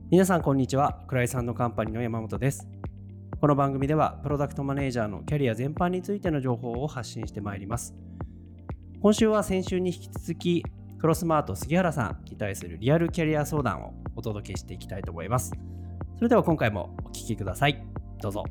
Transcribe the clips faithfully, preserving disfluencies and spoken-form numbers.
皆さんこんにちは。クライサンドカンパニーの山本です。この番組ではプロダクトマネージャーのキャリア全般についての情報を発信してまいります。今週は先週に引き続きクロスマート杉原さんに対するリアルキャリア相談をお届けしていきたいと思います。それでは今回もお聞きください。どうぞ。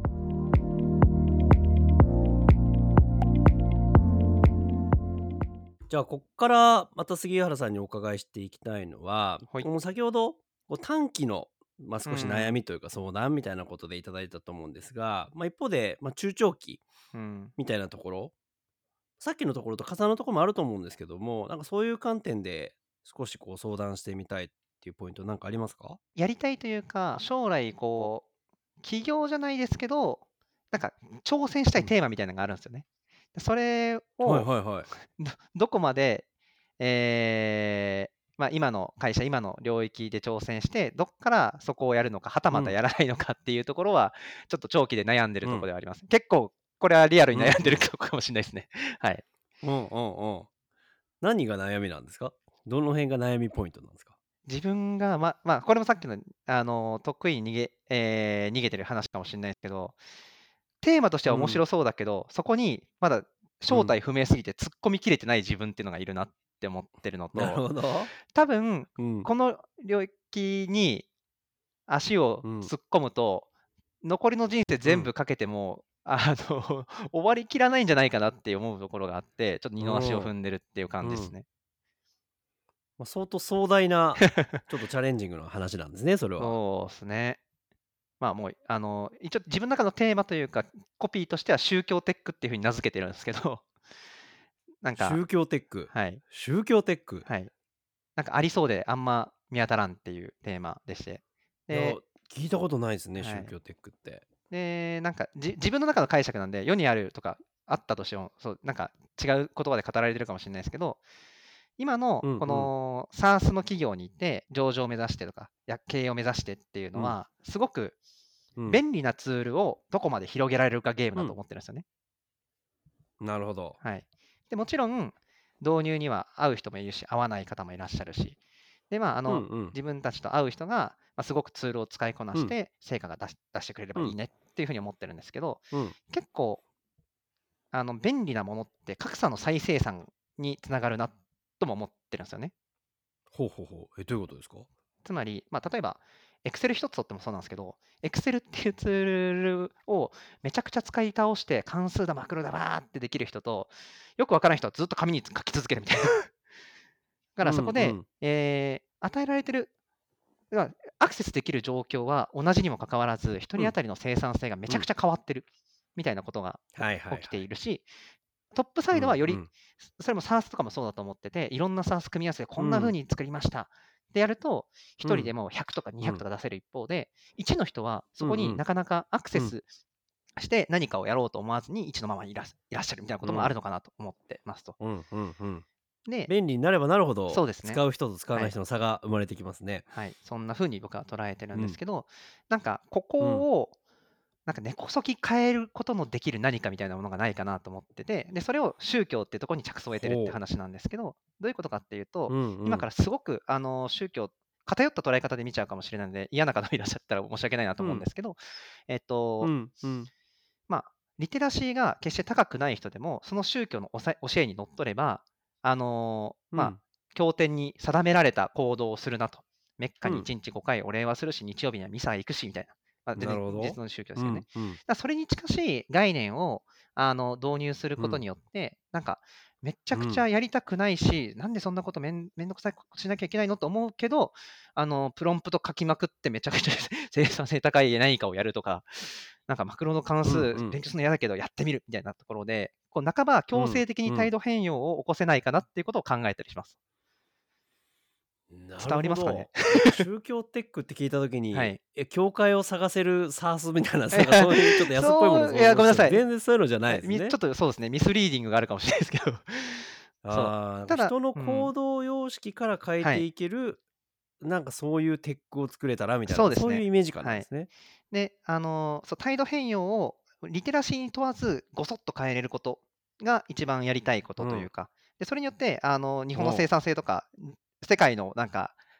じゃあここからまた杉原さんにお伺いしていきたいのは、 はい。 もう先ほどこう短期の、まあ、 う少し悩ん。 みというか相談みたいなことでいただいたと思うんですが、まあ、一方で、まあ、中長期うん。 みたいなところ、さっきのところと重なるところもあると思うんですけども、なんかそういう観点で少しこう相談してみたいっていうポイントなんかありますか？ やりたいというか、将来こう、起業じゃないですけど、なんか挑戦したうん。 いテーマみたいなのがあるんですよね。で、それはいをはいはい。 どどこまで、ええ、ま、今の会社、今の領域で挑戦して、どっからそこをやるのか、はたうん。 またやらないのかっていうところは、ちょっと長期で悩んでるうん。 ところではあります。結構これはリアルに悩んでるうんうん。 とこかもしんないですね。はい。 うんうんうん。何が悩みなんですか？どの辺が悩みポイントなんですか？ 自分が、まま、これもさっきの、あの、得意に逃げええ、逃げてる話かもしんないすけど、テーマとしてうん。 は面白そうだけど、そこにまだうん。 正体不明すぎて突っ込みきれてない自分っていうのがいるなって思ってるのなると、 ほど。 多分うん。 この領域に足をうん。 突っ込むと、残りの人生うん。 全部かけても、あの、終わりきらないんじゃないかなって思うところがあって、ちょっと二うの足をん。 踏んでるっていう感うん。 じですね。 まあ、相当壮大な、ちょっとチャレンジングな話なんですね、それは。 そうすね。まあ、もう、あの、一応自分の中のテーマというか、コピーとしては宗教テックっていう風に名付けてるんですけど、なんか宗教テック。 はい、 宗教テック。 はい。なんかありそうであんま見当たらんっていうテーマでして。 いや、 で聞いたことないですね、 はい。 宗教テックって。 で、なんか、じ自分の中の解釈なんで、世にあるとかあったとしても、そう、なんか違う言葉で語られてるかもしんないすけど、今のこうんうん。 の サース の企業にいて、上場を目指してとか、や経営を目指してっていううん。 のは、すごくうん。 便利なツールをどこまで広げられるかゲームだとうん。 思ってるんすよね。 なるほど。 はい。で、もちろん、導入には合う人もいるし、合わない方もいらっしゃるし、で、まあ、あの、 うんうん。 自分たちと合う人が、ま、すごくツールを使いこなうん。 して成果が出し出してくれれうん。 ばいいねっていう風に思ってるんですけど、 うん。 結構あの、便利なものって格差の再生産に繋がるなとも思ってるんすよね。 ほうほうほう。え、どういうことですか？ つまり、ま、例えば、エクセル一つとってもそうなんすけど、エクセルっていうツールをめちゃくちゃ使い倒して、関数だマクロだバーってできる人と、よくわからん人はずっと紙に書き続けるみたいな。だかうらそこで、 んうん。 ええ、与えられてる、ま、アクセスできる状況は同じにもかかわらず、一うん。 人当たりの生産性がめうん。 ちゃくちゃ変わってる、みたいなことがはいはい起きてはい。 いるし、トップサうイドはより、 んうん。 それも サース とかもそうだと思ってて、いろんな サース 組み合わせてこんな風うん。 に作りましたってやると、 うん。 一人でもひゃくとかにひゃくとうん。 か出せる一方で、いちの人はそこにうんうん。 なかなかアクうん。 セスして何かをやろうと思わずにいちのままいらいらっしゃるみたいなこともあるうん。 のかなと思ってますと。 うんうんうん。 で便利になればなるほど、 そうですね。 使う人と使わはい。 ない人の差が生まれてきますね。 はい、そんな風に僕は捉えてるうん。 んですけど、なんかこうん。 こを、なんか根こそぎ変えることのできる何かみたいなものがないかなと思ってて、で、それを宗教っていうとこに着想を得てるってほう。 話なんですけど、どういうことかっていうと、 うんうん。 今からすごくあの、宗教偏った捉え方で見ちゃうかもしれないので、嫌な方いらっしゃったら申し訳ないなとうん。 思うんですけど、えっとうんうん。 ま、リテラシーが決して高くない人でも、その宗教のおさ教えにのっとれば、あの、ま、 うん。 経典に定められた行動をするなと。めっかにいうん。 ちにちごかいお礼はするし、日曜日にはミサへ行くしみたいな。ま、全なるほど。 然実の宗教でうすけどね。 んうん。 だ、それに近しい概念をあの、導入することにうん。 よって、なんか、めっちゃくちうん。 ゃやりたくないし、なんでそんなことめんめんどくさいことしなきゃいけないのと思うけど、あの、プロンプト書きまくってめちゃくちゃ生産性高い何かをやるとか、なんかマクロの関数うんうん。 勉強するの嫌だけどやってみるみたいなところで、こう半ばうん、 強制的にうん。 態度変容を起こせないかなっていうことを考えたりします。 な伝るわりますかね？ ほど。なんか宗教テックって聞いた時に、 はい。 え、教会を探せる サース みたいな、なんかそういうちょっと安っぽいものをそう、いや、 想像したら、 ごめんなさい。 全然そういうのじゃなはい、 いですね。 みちょっとそうですね、ミスリーディングがあるかもしれないですけど。そう。 ああ、なんかただ人のうん。 行動様式から変えてはい。 いける、なんかそういうテックを作れたらみたいな、そういうそうですね。 イメージ感なんはい。 ですね。 で、あの、そう、態度変容をリテラシーに問わず、ごそっと変えれることが一番やりたいこうん。 とというか、で、それによって、あの、日本の生おお。 産性とか、ん、世界のなんか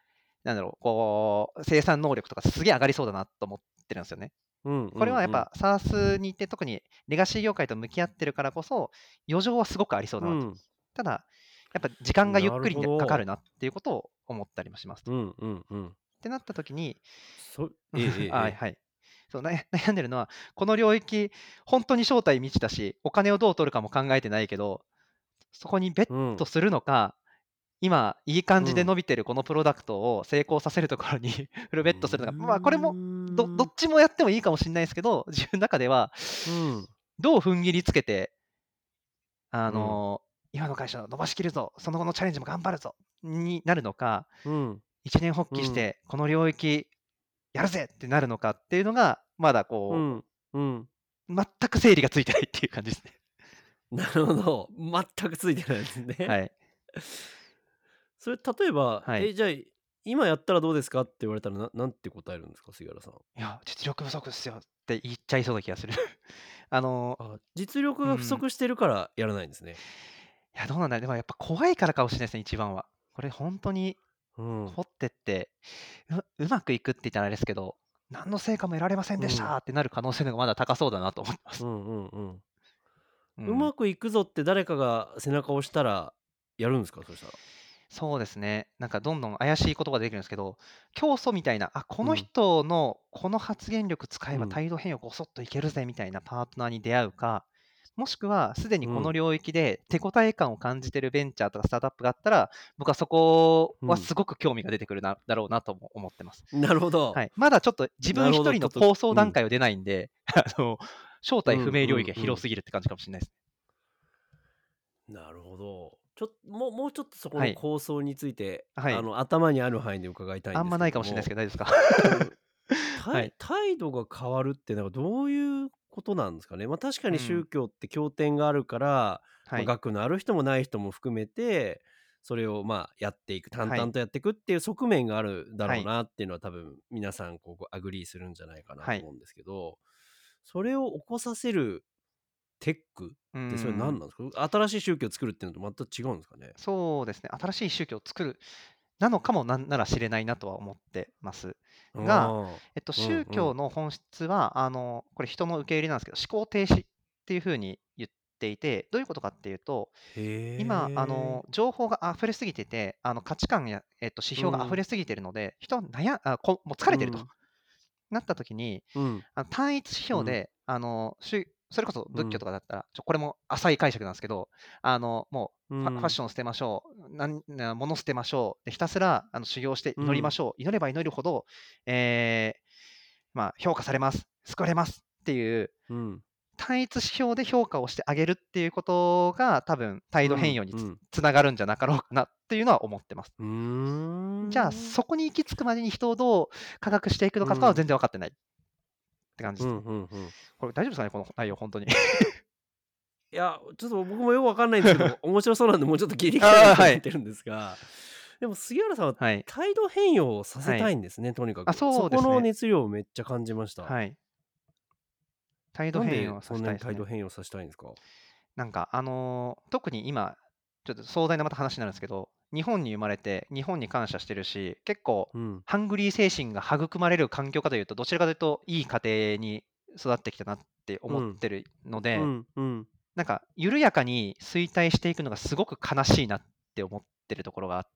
なんだろう、こう、生産能力とかすげえ上がりそうだなと思ってるんですよね。 うんうこれはやっんうん。 ぱ SaaS に行って特にレガシー業界と向き合ってるからこそ、余剰はすごくありそうだなと。 うん。 ただ、やっぱ時間がゆっなるくりにかかるほど。 なっていうことを思ったりもしますと。っうんうんうん。 てなった時に、 そええええあ、 ええ。 はい。そう、な悩んでるのは、この領域、本当に正体未知だし、お金をどう取るかも考えてないけど、そこにベッうん、 トするのか、今いい感じでうん。 伸びてるこのプロダクトを成功させるところにフルうーベットするのか、まあ、これもどどん。 っちもやってもいいかもしれないですけど、自分の中では、 うん、 どう踏ん切りつけて、あうん、 の、今の会社を伸ばしきるぞ、その後のチャレンジも頑張るぞになるのか、 うん、 一年発うん、 起して、この領域やるぜってなるのかっていうのが、まだこうん、うん。 う、全く整理がついてないっていう感じですね。 なるほど。全くついてないですね。 はい。 それ例えば、 はい。 え、じゃあ、今やったらどうですかって言われたら、ななんて答えるんですか？杉原さん。 いや、実力不足っすよって言っちゃいそうな気がする。あの、 あ、実力が不うん。 足してるからやらないんですね。 いや、どうなんだろう、でもやっぱ怖いからかもしれないですね、一番は。これほんとにうん、 掘ってって、ううまくいくって言ったらあれですけど、何の成果も得られませんうん、 でしたってなる可能性の方がまだ高そうだなと思ってます。 うんうんうん。 うん。 うまくいくぞって誰かが背中を押したらやるんですか？そしたら。 そうですね。なんかどんどん怪しい言葉が出てくるんですけど、教祖みたいな、あ、このうん、 人のこの発言力使えばうん、 態度変容ごそっといけるぜみたいなパートナーに出会うか、もしくはすでにこのうん、 領域で手応え感を感じてるベンチャーとかスタートアップがあったら、僕はそこうん。 はすごく興味が出てくるなだろうなとも思ってます。 なるほど。 はい。まだちょっと自分なるほど、ちょっと一人の構想うん、 段階は出ないんで、あの、正体不うんう明領域がんうん。 広すぎるって感じかもしれないです。 なるほど。ちょっもうもうちょっとそこはい。 の構想について、 はい。 あの、頭にある範囲で伺いたいんですあんまないかけれども、 もしれないですけど、大丈夫その、 ですか？は態い。 態度が変わるってのはどういうことなんですかね？ま、確かに宗うん。 教って経典があるから、ま、 はい。 学のある人もない人も含めて、それを、まあ、やっていく、淡はい。 々とやってくっていう側面があるだはい。 ろうなっていうのは多分皆さんこう、アグリーするんじゃないかなはい。 と思うんですけど、それを起こさせるテックっうーてそれ何ん。 なんですか？新しい宗教を作るっていうのと全く違うんですかね？ そうですね、新しい宗教を作るなのかもなんなら知れないなとは思ってますあが、 あ、 えっと、 うん宗うん。 教の本質は、あの、これ人の受け入れなんですけど、思考停止っていう風に言っていて、どういうことかっていうと、 へ今、あえ。 の、情報が溢れすぎてて、あの、価値観や、えっと、指標が溢うん、 れすぎてるので、人はなやあ、こもう疲れてると。 うん、 なった時に、 うん、 あの、単一指うん、 標で、あの、しゅそれこそ仏教うん、 とかだったら、ちょ、これも浅い解釈なんですけど、あの、もう、ファファッうん、 ションを捨てましょう、なんな物捨てましょう、で、ひたすら、あの、修行してうん、 祈りましょう。祈れば祈るほど、ええ、まあ、評価されます、救われますっていううん、 単一指標で評価をしてあげるっていうことが、多分態度変うん、 容につうん。 つながるんじゃなかろうかなっていうのは思ってます。 うーじゃあ、 ん。 そこに行き着くまでに人をどう科学していくのかとかはうん、 全然分かってないって感じですね。 うん、うんうん。 これ大丈夫ですかね？この内容ほんとに。 いや、ちょっと僕もよくわかんないんですけど、面白そうなんで、もうちょっと聞いていきたいなああ、 とはい。 思ってるんですが、でも杉原さんははい。 態度変容をさせはい。 たいんですね、とにかあ、 く。そこそうですね。 の熱量をめっちゃ感じました。 はい。態度なん変容さでそんなにせたいですね。 態度変容させたいんですか？ なんか、あの、特に今、ちょっと壮大なまた話になるんですけど、日本に生まれて、日本に感謝してるし、結構うん、 ハングリー精神が育まれる環境かというと、どちらかというと、いい家庭に育ってきたなって思っうん、 てるので、 うん、うん。 なんか緩やかに衰退していくのがすごく悲しいなって思ってるところがあって、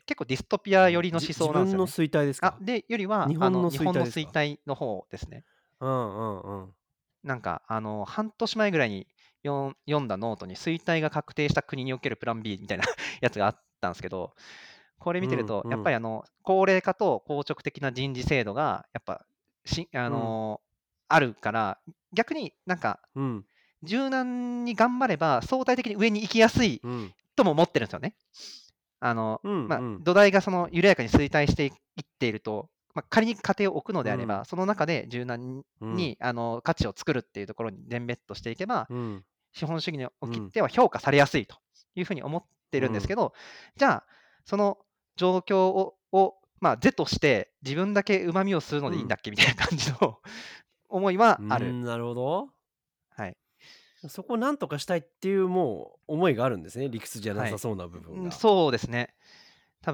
結構ディストピア寄ん、 りの思じ自想なんですよね。 分の衰退ですあ、 か？ で、よりは、あの、 日本の衰日本の退ですか？ 衰退の方ですね。 うんうんうん。 なんか、あの、半年前ぐらいによん読んだノートに、衰退が確定した国におけるプラン B みたいなやつがあったんですけど、これう見てると、 んうん、 やっぱりあの、高齢化と硬直的な人事制度が、やっぱ、しあうん、 の、あるから、逆になんか、 うん、 柔軟に頑張れば、相対的に上に行きやすいうん、 とも思ってるんですよね。あの、 うんまあ、 うん、 土台がその緩やかに衰退していっていると、まあ、仮に家庭を置くのであれば、 うん、 その中で柔軟うん、 にあの価値を作るっていうところに全ベットしていけば、 うん、 資本主義におうん、 きては評価されやすいというふうに思ってうん、 るんですけど、じゃあ、その状況をを、まあ、是として、自分だけ旨味を吸うのうん。 でいいんだっけみたいな感じの思いはある。 うーん、なるほど。 はい。 そこを何とかしたいっていうもう思いがあるんですね。理屈じゃなはい。 さそうな部分うん、 が。 そうですね。多分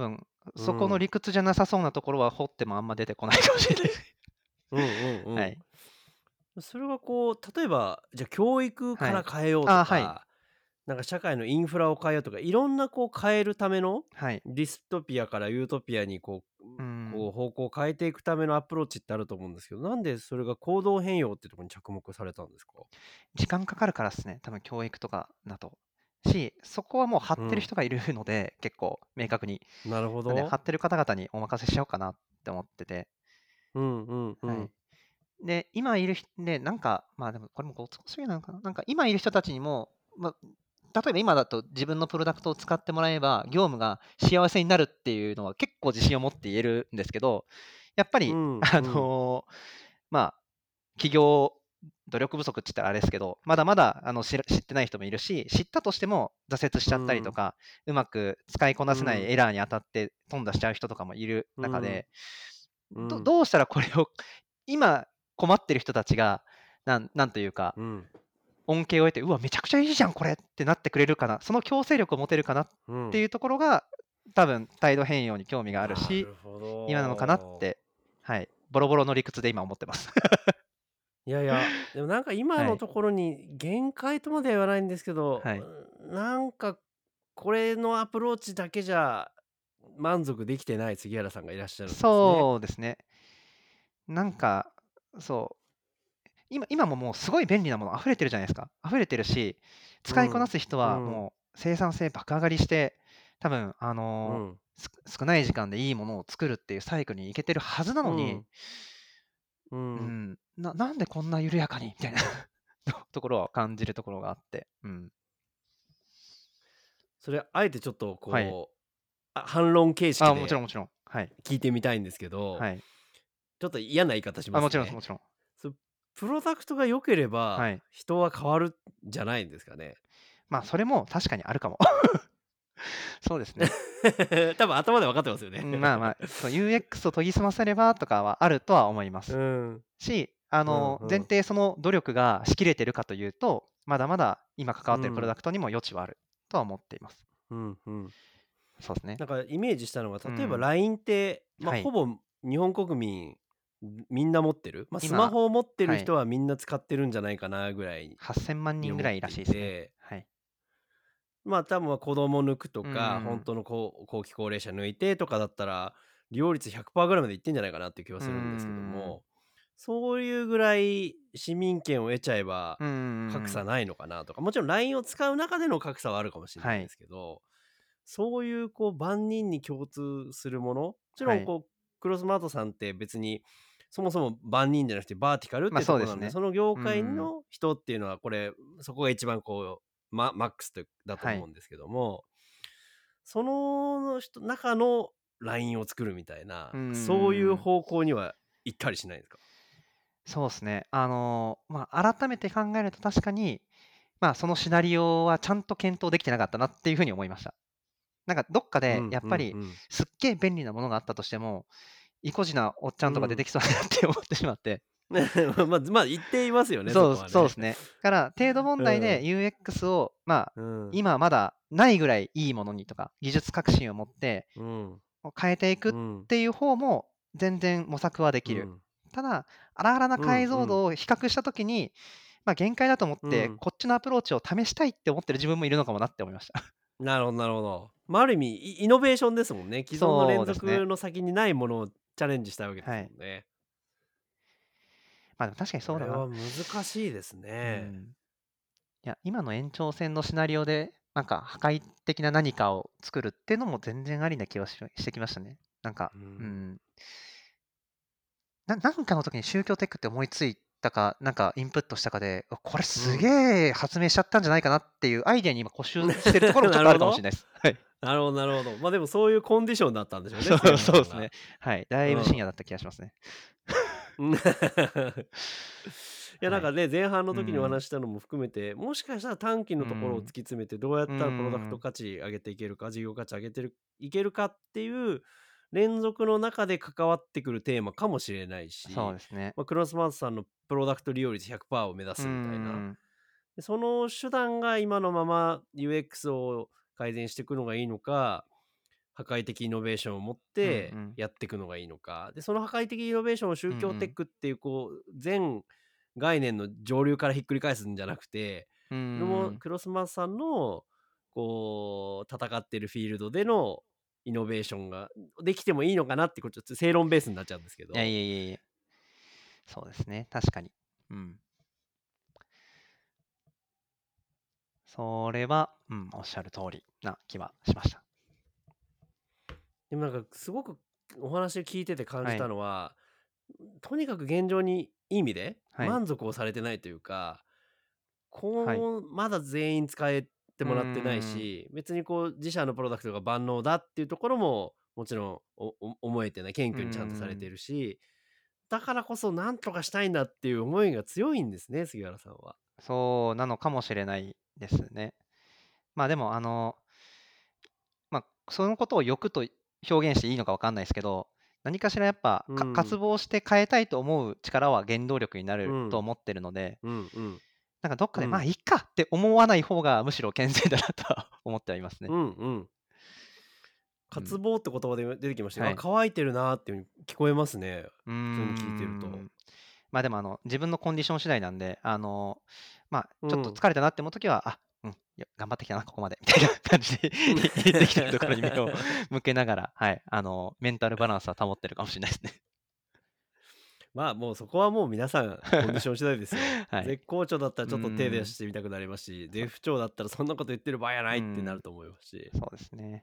うそこのん。 理屈じゃなさそうなところは掘ってもあんま出てこないかもしれない。 うんうんうはん。 い。 それはこう、例えば、じゃあ教育かはい。 ら変えようとああ、はい。 か、なんか社会のインフラを変えようとか、いろんなこう変えるためのはい。 ディストピアからユートピアにこう、 うん。 こう方向を変えていくためのアプローチってあると思うんですけど、なんでそれが行動変容ってところに着目されたんですか？ 時間かかるからっすね、多分教育とかだと。し、そこはもう張ってるうん。 人がいるので、結構明確に。 なるほなんで、張ど。 ってる方々にお任せしようかなって思ってて。 うんうんうはい。 ん。 で、今いるひで、なんか、まあ、でもこれもご都合主義なのかな。なんか今いる人たちにも、ま、例えば今だと自分のプロダクトを使ってもらえば、業務が幸せになるっていうのは結構自信を持って言えるんですけど、やっぱり、 うんあうん。 の、まあ、企業努力不足って言ったらあれですけど、まだまだあの知ら知ってない人もいるし、知ったとしても挫折しちゃったりとうん。 か、うまく使いこなせないうん。 エラーに当たって頓挫しちゃう人とかもいるうん。 中で、 うん。 どどうしたらこれを今困ってる人たちが、なんなんというか、 うん。 恩恵を得て、うわ、めちゃくちゃいいじゃん、これってなってくれるかな、その強制力を持てるかなっうん。 ていうところが、多分態度変容に興味があるし、 なるほ今なのかなっど。 て、はい、ボロボロの理屈で今思ってます。 いやいや、でもなんか今はい、 のところに限界とまでは言わないんですけど、 はい。 うーん、なんかこれのアプローチだけじゃ満足できてない杉原さんがいらっしゃるんですね。 そうですね。なんか、そう、今今ももうすごい便利なもの溢れてるじゃないですか。溢れてるし、使いこなうん、 す人うん、 はもう生産性爆上がりして、多分あの、 うん、 す少ない時間でいいものを作るっていうサイクルに行けてるはずなのに、 うん、うん。 うん、ななんでこんな緩やかにみたいなところは感じるところがあって。うん。 それあえてちょっとはい。 こう、あ、反論形式あ、もちろんでもちろん。はい。 聞いてみたいんですけど、 はい。 ちょっと嫌な言い方しあ、もますね。 ちろんもちろん。 そプロダクトが良ければ、 はい。 人は変わるんじゃないんですかね。 まあ、それも確かにあるかも。そうですね。 多分頭で分かってますよね。 うん、まあまあ、そう、ユーエックス を研ぎ澄ませればとかはあるとは思いまうす。 ん、 し、あの、 うんうん。 前提その努力がしきれてるかというと、まだまだ今関わっているプロダうん、 クトにも余地はあるとは思っています。 うんうん。 そうですね。 なんかイメージしたのが、例えばうん。 ライン って、ま、 はい。 ほぼ日本国民、みんな持ってる、ま、スマ今、 ホを持ってるはい。 人はみんな使ってるんじゃないかなぐらいはっせんまん人ぐらいらに思っていしいですね。 て、 はい。 まあ、多分は子供抜くとうか、本ん。 当のこう後期高齢者抜いてとかだったら、利用率ひゃくパーセントぐらいまでいってんじゃないかなっていう気はうするんですけどん。 も、そういうぐらい市民権を得ちゃえば、 うん。 格差ないのかなとか、もちろん ライン を使う中での格差はあるかもしれないではい。 すけど、そういうこう万人に共通するもの、もちろはい。 んこうクロスマートさんって別にそもそも万人じゃなくてバーティカルっま、 ていうところなんで、 そうですね。 その業うん。 界の人っていうのはこれ、そこが一番こう、ママックスとだとはい。 思うんですけども、その人中のラインを作るみたいな、 うそういうん。 方向には行ったりしないですか？ そうですね。あの、まあ、改めて考えると確かに、まあ、そのシナリオはちゃんと検討できてなかったなっていう風に思いました。なんかどっかでうんやっぱりうんうん。 すっげえ便利なものがあったとしても、意固地なおっちゃんとか出てうん。 きそうだなって思ってしまって。 ままあ、言っていますよね、そそう、 こはね。 そうですね。から、程度問題でうん。 ユーエックス を、まあ、 うん。 今まだないぐらいいいものにとか、技術革新を持ってうん。 変えていくっうん。 ていう方も全然模索はできる。 うん。 ただ、荒々なうん解像うん。 度を比較したときに、まあ、限界だと思って、 うん。 こっちのアプローチを試したいって思ってる自分もいるのかもなって思いました。 なるほどなるほど。まあ、ある意味、イイノベーションですもんね。既存の連そうですね。 続の先にないものをチャレンジしたいわけですはい。 もんね。 まあ、でも確かにそうだな。 これは難しいですね。 うん。いや、今の延長線のシナリオで、なんか破壊的な何かを作るっていうのも全然ありな気はししてきましたね。なんか、 うん。 うん。ななんかの時に宗教テックって思いついたか、なんかインプットしたかで、あ、これすうん。 げえ発明しちゃったんじゃないかなっていうアイデアに今固執してるところもちょっとあなるほど。 るかもしれないです。はい。 なるほどなるほど。ま、でもそういうコンディションだったんでしょうね、杉そう原さんが。 そうですね。はい。だいぶ深うん。 夜だった気がしますね。 うんいや、なはい。 んかね、前半の時におうん。 話ししたのも含めて、もしかしたら短期のところを突きうん。 詰めて、どうやっうたらプロダクトん。 価値上げていけるか、事業価値上げてるいけるかっていう連続の中で関わってくるテーマかもしれないし、 そうですね。 まあ、クロスマートさんのプロダクト利用率ひゃくパーセントを目指うすみたいな、 ん。 でその手段が今のまま ユーエックス を改善していくのがいいのか、 破壊的イノベーションを持っうんうてん。 やっていくのがいいのか。で、その破壊的イノベーションをう宗んうん。 教テックっていうこう、全概念の上流からひっくり返すんじゃなくて、 うそれもん。 クロスマンさんのこう戦ってるフィールドでのイノベーションができてもいいのかなってこうちょっと正論ベースになっちゃうんですけいやいど。 やいやいや。そうですね。確かに。うん。それは、うん、おっしゃる通りな気はしました。 でもなんかすごくお話を聞いてて感じたはい。 のは、とにかく現状にいい意味ではい。 満足をされてないというか、 はい。 こうまだ全員使えてうーもらってないん。 し、別にこう自社のプロダクトが万能だっていうところももちろんおお思えてない、謙うー虚にちゃんとされてん。 るし、だからこそなんとかしたいんだっていう思いが強いんですね、杉原さんは。 そうなのかもしれないですね。まあでも、あの、まあ、そのことを欲と表現していいのかわかんないですけど、何かしらやっぱ、か渇うん、 望して変えたいと思う力は原動力になうん、 ると思ってるので、 うん、うん、 なんかどっかで、まあうん、 いいかって思わない方がむしろ健全だなとは思ってはいますね。 うん、うん。 うん。 渇望って言葉で出てきましたが、あ、 はい。 乾いてるなーっていう風に聞こえますね。 うー普通に聞いてると。 ん。まあ、でも、あの、自分のコンディション次第なんで、あの、まあ、ちょっとうん。 疲れたなって思う時は、あ、うん、いや、頑張ってきたな、ここまでみたいな感じでうん。 できてるところに目を向けながら、はい、あの、メンタルバランスは保ってるかもしれないですね。 まあ、もうそこはもう皆さんコンディション次第ですよ。 はい。 絶好調だったらうーちょっと手出ん、 してみたくなりますし、 そう、 絶不調だったらそんなこと言ってる場合やなうーいってなるん、 と思いますし。 そうですね。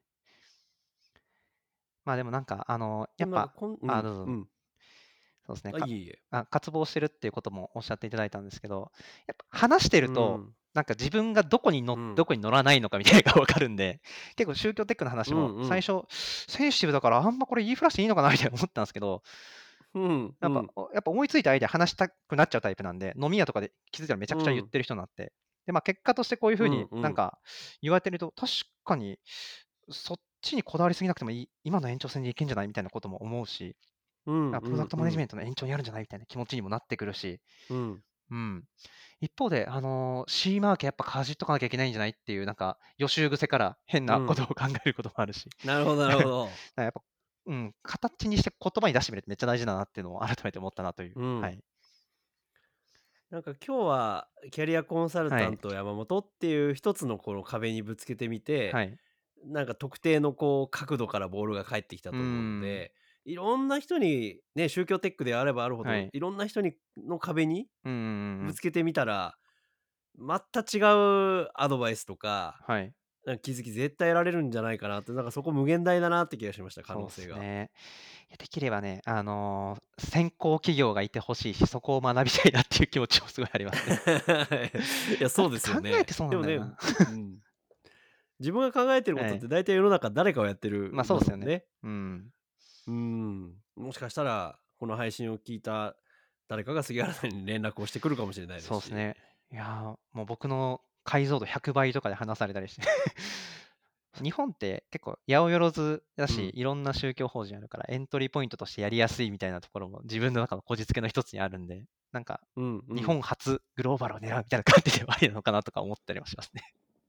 まあ、でもなんか、あの、やでもなんかっぱあ、 こんうん、 どうぞどうぞ。 うん。 そうですね、 あ、いかえいえ。 あ、渇望してるっていうこともおっしゃっていただいたんですけど、やっぱ話してると、 うん、 なんか自分がどこにのうん、 どこに乗らないのかみたいなのが分かるんで、結構宗教テックの話もうんうん、 最初、センシティブだからあんまこれ言いふらしていいのかなみたいな思ったんですけど、 うん、 やっぱ、 うん、 おやっぱ思いついたアイデア話したくなっちゃうタイプなんで、飲み屋とかで気づいたらめちゃくちゃ言っうん、 てる人になって、で、ま、結果としてこういう風にうん、うん、 なんか言われてると、確かにそっちにこだわりすぎなくてもいい今の延長線でいけんじゃないみたいなことも思うし、 うん、 あ、プロダクトうん、 マネジメントの延長にあるんじゃないみたいな気持ちにもなってくるし、 うん、 うん。一方で、あの、C マーケやっぱかじっとかなきゃいけないんじゃないっていうなんか予習癖から変うん。 なことを考えることもあるし。 なるほどなるほど。 やっぱ、うん、形にして言葉に出してみるってめっちゃ大事だなっていうのを改めて思ったなという。 うん。 はい。 なんか今日はキャリアコンサルはい。 タント山本っていう一つのこの壁にぶつけてみて、 はい。 なんか特定のこう角度からボールが返ってきたうーと思うのん。 で、いろんな人にね、宗教テックであればあるほど、 はい。 いろんな人にの壁にうんうんうんうん。 ぶつけてみたら、また違うアドバイスとか、 はい。 なんか気づき絶対得られるんじゃないかなって、なんかそこ無限大だなって気がしました、可そうっ能性が。 すね。いや、できればね、あの、先行企業がいて欲しいし、そこを学びたいなっていう気持ちもすごいありますね。 いや、 だそうでって考えすよね。 てそうなでもね、 んだよな。 うん。自分が考えてることってはい。 大体世の中誰かがやってま、あるそうですよね。 ますもんね。 うん。 うーん。もしかしたら、この配信を聞いた誰かが杉原さんに連絡をしてくるかもしれないですし。 そうですね。いやー、もう僕の解像度ひゃくばいとかで話されたりして。日本って結構八百万だし、 うん。 いろんな宗教法人あるから、エントリーポイントとしてやりやすいみたいなところも自分の中のこじつけの一つにあるんで、なんか、 うんう日ん。 本初グローバルを狙うみたいな感じではありなのかなとか思ったりもしますね。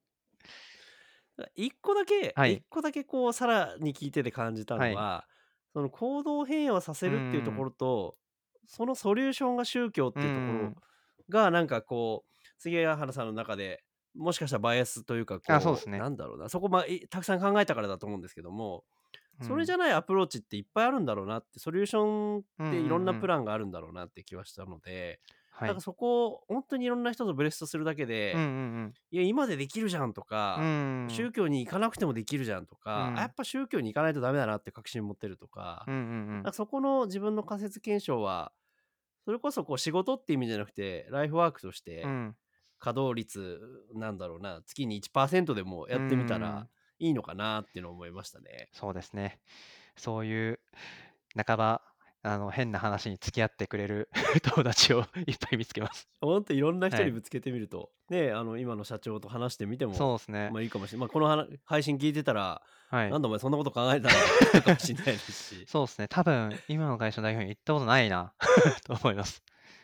一個だけ、 はい。 一個だけこうさらに聞いてて感じたはい。 のは、その行動変容させうるっていうとこんろと、そのソリューションが宗教っうん。 ていうところうん。 が、なんかこう、杉原さんの中で、もしかしたらバイアスというか、 あ、そうでこう、 すね。 なんだろうな、そこ、ま、いたくさん考えたからだと思うんですけども、それじうん。 ゃないアプローチっていっぱいあるんだろうなって、ソリューションっうんうんうていろんなプん。 ランがあるんだろうなって気はしたので、 はい。 なんかそこを本当にいろんな人とブレストするだけうんうで、 んうん。 いや、今でできるじゃんとうか、 ん。 宗教に行かなくてもできるじゃんとか、あ、やっうん。 ぱ宗教に行かないとダメだなって確信持ってるとか、 うんうんうん。 なんかそこの自分の仮説検証は、それこそこう仕事って意味じゃなくて、ライフワークとしてうん。 稼働率なんだろうな、月にいちパーセントでもうやってみたらん。 いいのかなっていうのを思いましたね。 そうですね。そういう半ば、あの、変な話に付き合ってくれる友達をいっぱい見つけます。 ほんといろんなはい。 人にぶつけてみると、ね、あの、今の社長と話してみても、 そうですね。 ま、いいかもしれま、このはな配信聞いてたら、 はい。 なんだお前そんなこと考えてたんだってなるかもしんないですし。 そうですね、多分今の会社の代表に言ったことないなと思います。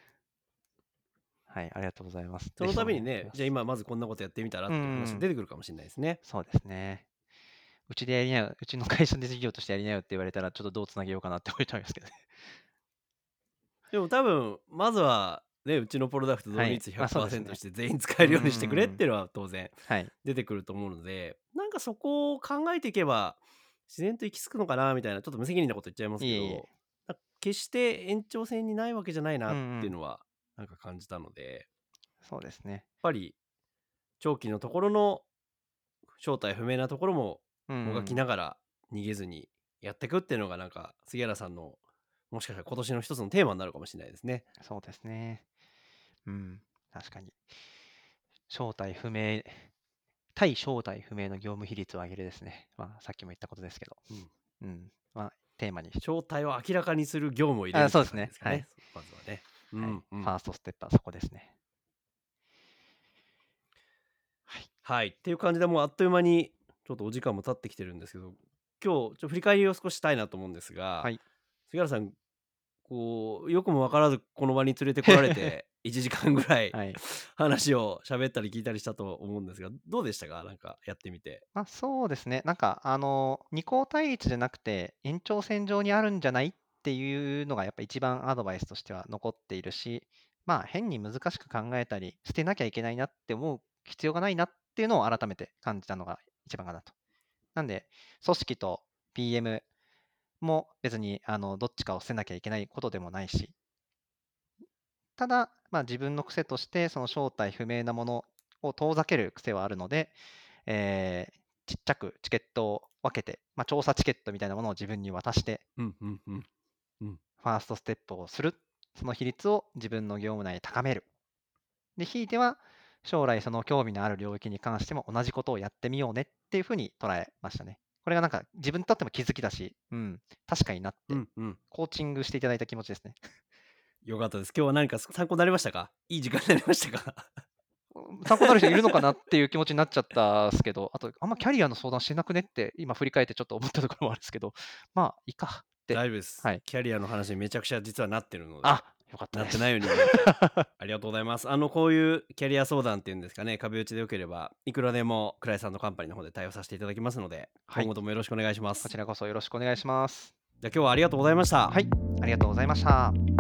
はい、ありがとうございます。 そのぜひともおためにね、 願いします。 じゃあ今まずこんなことやってみたらうんっていう話うん。 出てくるかもしんないですね。 そうですね。 うちでやりなよ、うちの会社で事業としてやりなよって言われたら、ちょっとどうつなげようかなって思っちゃいますけどね。 でも多分、まずは、ね、うちのプロダクトはい。 同率まあそうですひゃくパーセントね。 して全員使うーえるようにしてくれっん。 ていうのは当然はい。 出てくると思うので、なんかそこを考えていけば、自然と行き着くのかなみたいな、ちょっと無責任なこと言っちゃいますいえいえ。 けど、な決して延長線にないわけじゃないなっうんうん。 ていうのは、なんか感じたので、やっそうですね。 ぱり長期のところの正体不明なところもうんうもがきん。 ながら逃げずにやっていくっていうのがなんか杉原さんのもしかしたら今年の一つのテーマになるかもしれないですね。 そうですね。うん。確かに。正体不明、対正体不明の業務比率を上げるですね。まあ、さっきも言ったことですけど。 うん、 うん。まあ、テーマにし正体を明らかにする業務を入れあ、 るっていうそうですね。 感じですかね。 はい。 まずはね。うはい。 んうん。 ファーストステップはそこですね。はい。 はい。っていう感じでもうあっという間にちょっとお時間も経ってきてるんですけど、今日ちょっと振り返りを少ししたいなと思うんですが、 はい。 杉原さん、こうよくも分からずこの場に連れてこられていちじかんぐらいはい。 話を喋ったり聞いたりしたと思うんですが、どうでしたか？なんかやってみて。 まあ、そうですね。なんか、あの、二項対立じゃなくて、延長線上にあるんじゃないっていうのが、やっぱ一番アドバイスとしては残っているし、まあ、変に難しく考えたり、捨てなきゃいけないなって思う必要がないなっていうのを改めて感じたのが一番かなと。なんで、組織と ピーエム も別に、あの、どっちかを捨てなきゃいけないことでもないし、ただ、まあ、自分の癖として、その正体不明なものを遠ざける癖はあるので、えーちっちゃくチケットを分けて、まあ、調査チケットみたいなものを自分に渡して、 うんうんうんうん。 ファーストステップをする。その比率を自分の業務内で高める。で、ひいては、将来その興味のある領域に関しても同じことをやってみようねっていうふうに捉えましたね。これがなんか自分にとっても気づきだし、うん、確かになって、 うんうん。 コーチングしていただいた気持ちですね。 よかったです。今日は何か参考になりましたか？いい時間になりましたか？ 参考になる人いるのかなっていう気持ちになっちゃったっすけど、あと、あんまキャリアの相談してなくねって今振り返ってちょっと思ったところもあるんですけど、まあ、いいかって。 大丈夫です。 はい。 キャリアの話にめちゃくちゃ実はなってるので、 あ、よかったなってないです。 ように見えて、ありがとうございます。あの、こういうキャリア相談っていうんですかね、壁打ちでよければ、いくらでもクライさんのカンパニーの方で対応させていただきますので、 はい。 今後ともよろしくお願いします。 こちらこそよろしくお願いします。 じゃあ今日はありがとうございました。 はい。ありがとうございました。